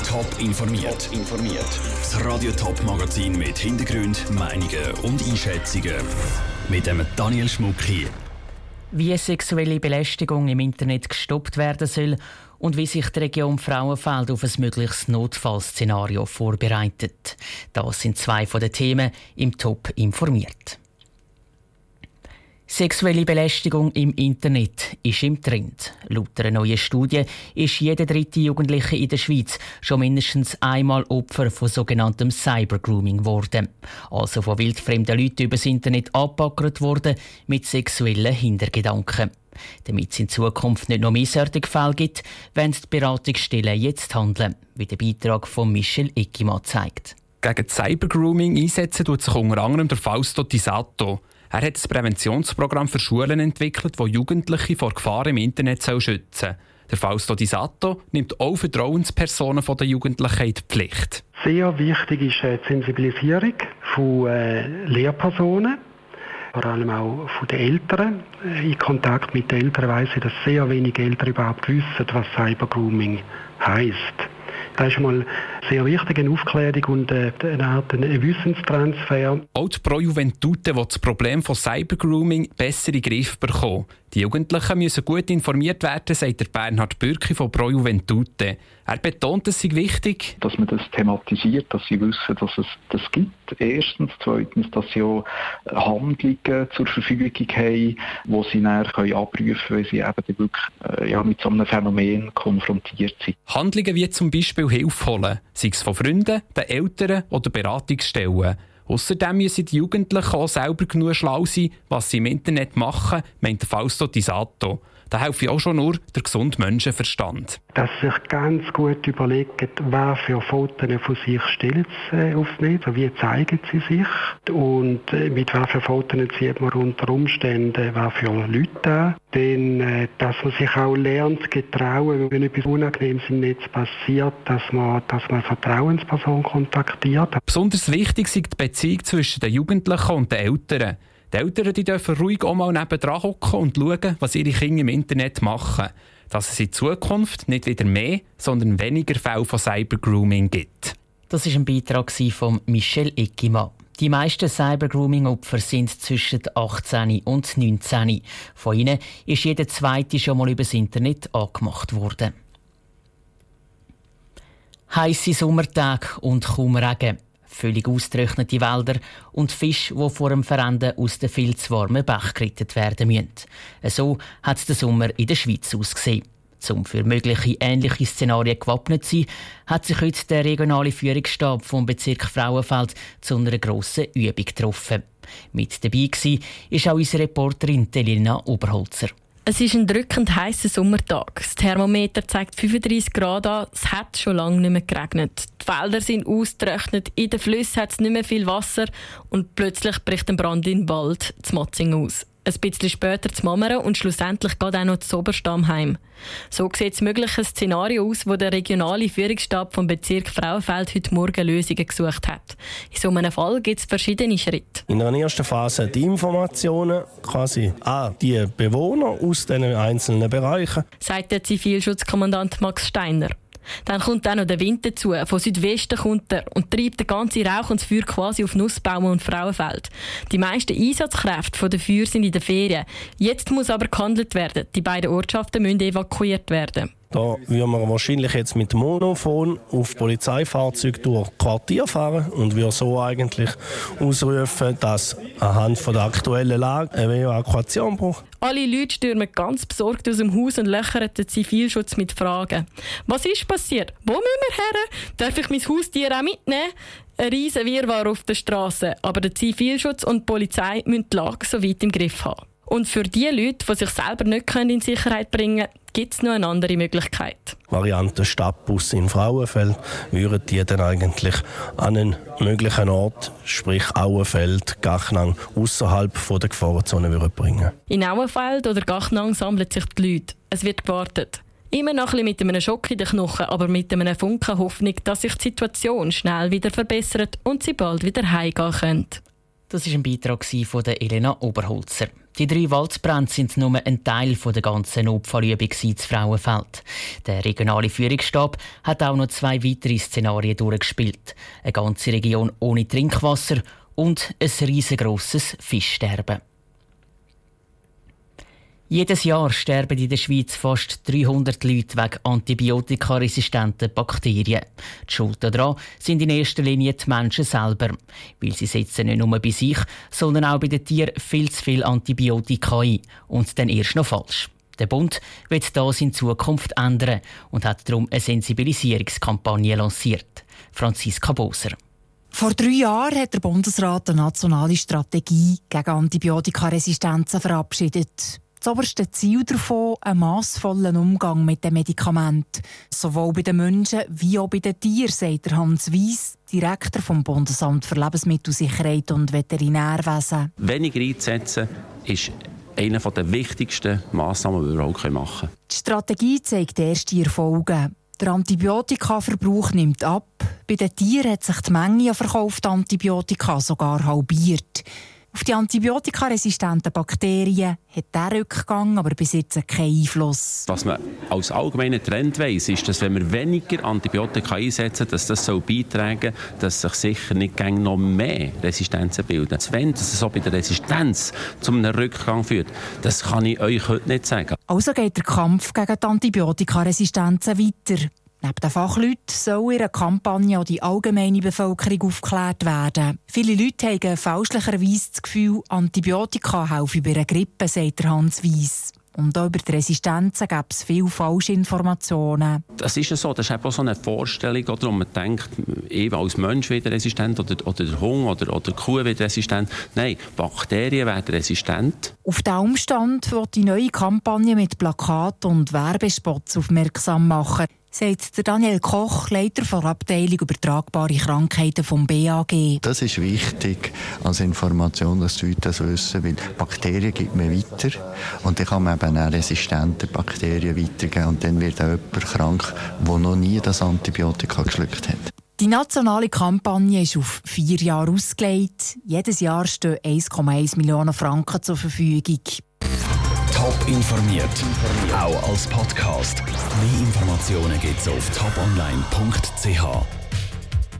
Top informiert. Das Radio Top Magazin mit Hintergrund, Meinungen und Einschätzungen mit dem Daniel Schmuck hier. Wie sexuelle Belästigung im Internet gestoppt werden soll und wie sich die Region Frauenfeld auf ein mögliches Notfallszenario vorbereitet. Das sind zwei von den Themen im Top informiert. Sexuelle Belästigung im Internet ist im Trend. Laut einer neuen Studie ist jeder dritte Jugendliche in der Schweiz schon mindestens einmal Opfer von sogenanntem Cybergrooming geworden. Also von wildfremden Leuten übers Internet angepackert worden mit sexuellen Hintergedanken. Damit es in Zukunft nicht noch mehr solche Fälle gibt, wollen die Beratungsstellen jetzt handeln, wie der Beitrag von Michel Eckimann zeigt. Gegen Cybergrooming einsetzen tut sich unter anderem der Fausto Di Satto. Er hat ein Präventionsprogramm für Schulen entwickelt, das Jugendliche vor Gefahren im Internet schützen soll. Der Fausto Di Satto nimmt auch Vertrauenspersonen der Jugendlichen in die Pflicht. Sehr wichtig ist die Sensibilisierung von Lehrpersonen, vor allem auch von den Eltern. In Kontakt mit den Eltern weiss ich, dass sehr wenige Eltern überhaupt wissen, was Cybergrooming heisst. Das ist einmal sehr wichtig, eine Aufklärung und eine Art Wissenstransfer. Auch die Pro Juventute will das Problem von Cybergrooming besser in den Griff bekommen. Die Jugendlichen müssen gut informiert werden, sagt der Bernhard Bürki von Pro Juventute. Er betont, es sei wichtig, dass man das thematisiert, dass sie wissen, dass es das gibt. Erstens. Zweitens, dass sie auch Handlungen zur Verfügung haben, die sie dann abrufen können, wenn sie eben wirklich mit so einem Phänomen konfrontiert sind. Handlungen wie zum Beispiel Hilfe holen, sei es von Freunden, den Eltern oder Beratungsstellen. Außerdem müssen die Jugendlichen auch selber genug schlau sein, was sie im Internet machen, meint Fausto Di Satto. Da helfe auch schon nur der gesunde Menschenverstand. Dass sie sich ganz gut überlegen, was für Fotos von sich stellen sie aufs Netz, wie zeigen sie sich und mit was für Fotos zieht man unter Umständen was für Leute an. Dann, dass man sich auch lernt zu getrauen, wenn etwas Unangenehmes im Netz passiert, dass man eine Vertrauensperson kontaktiert. Besonders wichtig ist die Beziehung zwischen den Jugendlichen und den Eltern. Die Eltern dürfen ruhig auch mal nebendran hocken und schauen, was ihre Kinder im Internet machen. Dass es in Zukunft nicht wieder mehr, sondern weniger Fälle von Cybergrooming gibt. Das war ein Beitrag von Michel Eckimann. Die meisten Cybergrooming-Opfer sind zwischen 18 und 19. Von ihnen ist jeder zweite schon mal übers Internet angemacht worden. Heisse Sommertage und kaum Regen. Völlig ausgetrocknete Wälder und Fische, die vor dem Verenden aus den viel zu warmen Bach gerettet werden müssen. So hat der Sommer in der Schweiz ausgesehen. Um für mögliche ähnliche Szenarien gewappnet zu sein, hat sich heute der regionale Führungsstab vom Bezirk Frauenfeld zu einer grossen Übung getroffen. Mit dabei war auch unsere Reporterin Elena Oberholzer. Es ist ein drückend heißer Sommertag. Das Thermometer zeigt 35 Grad an. Es hat schon lange nicht mehr geregnet. Die Felder sind ausgetrocknet, in den Flüssen hat es nicht mehr viel Wasser und plötzlich bricht ein Brand in den Wald zu Matzing aus. Ein bisschen später zu Mammern und schlussendlich geht auch noch zu Oberstamm heim. So sieht das mögliche Szenario aus, wo der regionale Führungsstab vom Bezirk Frauenfeld heute Morgen Lösungen gesucht hat. In so einem Fall gibt es verschiedene Schritte. In einer ersten Phase die Informationen quasi an die Bewohner aus den einzelnen Bereichen, sagt der Zivilschutzkommandant Max Steiner. Dann kommt auch noch der Wind dazu. Von Südwesten kommt er und treibt den ganzen Rauch und das Feuer quasi auf Nussbaum und Frauenfeld. Die meisten Einsatzkräfte der Feuer sind in den Ferien. Jetzt muss aber gehandelt werden. Die beiden Ortschaften müssen evakuiert werden. Da würden wir wahrscheinlich jetzt mit Monofon auf Polizeifahrzeuge durch Quartier fahren und wir so eigentlich ausrufen, dass anhand von der aktuellen Lage eine Evakuation braucht. Alle Leute stürmen ganz besorgt aus dem Haus und löchern den Zivilschutz mit Fragen. Was ist passiert? Wo müssen wir her? Darf ich mein Haustier auch mitnehmen? Ein riesen Wirrwarr auf der Straße, aber der Zivilschutz und die Polizei müssen die Lage so weit im Griff haben. Und für die Leute, die sich selber nicht in Sicherheit bringen können, gibt es noch eine andere Möglichkeit. Variante Stadtbus in Frauenfeld würden die dann eigentlich an einen möglichen Ort, sprich Auenfeld, Gachnang, außerhalb der Gefahrenzone bringen. In Auenfeld oder Gachnang sammeln sich die Leute. Es wird gewartet. Immer noch ein bisschen mit einem Schock in den Knochen, aber mit einem Funken Hoffnung, dass sich die Situation schnell wieder verbessert und sie bald wieder heimgehen können. Das war ein Beitrag von Elena Oberholzer. Die 3 Waldbrände sind nur ein Teil der ganzen Notfallübung in Frauenfeld. Der regionale Führungsstab hat auch noch 2 weitere Szenarien durchgespielt. Eine ganze Region ohne Trinkwasser und ein riesengroßes Fischsterben. Jedes Jahr sterben in der Schweiz fast 300 Leute wegen antibiotikaresistenten Bakterien. Die Schuld daran sind in erster Linie die Menschen selber. Weil sie setzen nicht nur bei sich, sondern auch bei den Tieren viel zu viel Antibiotika ein. Und dann erst noch falsch. Der Bund wird das in Zukunft ändern und hat darum eine Sensibilisierungskampagne lanciert. Franziska Boser. Vor 3 Jahren hat der Bundesrat eine nationale Strategie gegen Antibiotikaresistenzen verabschiedet. Das oberste Ziel davon ein massvollen Umgang mit den Medikamenten. Sowohl bei den Menschen wie auch bei den Tieren, sagt Hans Weiss, Direktor vom Bundesamt für Lebensmittelsicherheit und Veterinärwesen. Weniger einzusetzen ist eine der wichtigsten Massnahmen, die wir überhaupt machen können. Die Strategie zeigt erste Erfolge. Der Antibiotikaverbrauch nimmt ab. Bei den Tieren hat sich die Menge an verkauften Antibiotika sogar halbiert. Auf die antibiotikaresistenten Bakterien hat der Rückgang aber bis jetzt keinen Einfluss. Was man als allgemeiner Trend weiss, ist, dass wenn wir weniger Antibiotika einsetzen, dass das beitragen soll, dass sich sicher nicht noch mehr Resistenzen bilden. Wenn es so bei der Resistenz zu einem Rückgang führt, das kann ich euch heute nicht sagen. Also geht der Kampf gegen die Antibiotikaresistenzen weiter. Neben den Fachleuten soll in einer Kampagne auch die allgemeine Bevölkerung aufgeklärt werden. Viele Leute haben fälschlicherweise das Gefühl, Antibiotika helfen bei einer Grippe, sagt Hans Weiss. Und auch über die Resistenzen gibt es viele falsche Informationen. Das ist ja so, das ist auch so eine Vorstellung, wo man denkt, eben als Mensch wird resistent oder der Hund oder die Kuh wird resistent. Nein, Bakterien werden resistent. Auf den Umstand wird die neue Kampagne mit Plakaten und Werbespots aufmerksam machen, sagt der Daniel Koch, Leiter der Abteilung Übertragbare Krankheiten vom BAG. Das ist wichtig als Information, dass die Leute das wissen, weil Bakterien gibt man weiter und dann kann man eben auch resistente Bakterien weitergeben und dann wird auch jemand krank, der noch nie das Antibiotika geschluckt hat. Die nationale Kampagne ist auf 4 Jahre ausgelegt. Jedes Jahr stehen 1,1 Millionen Franken zur Verfügung. Top informiert, auch als Podcast. Mehr Informationen gibt's auf toponline.ch.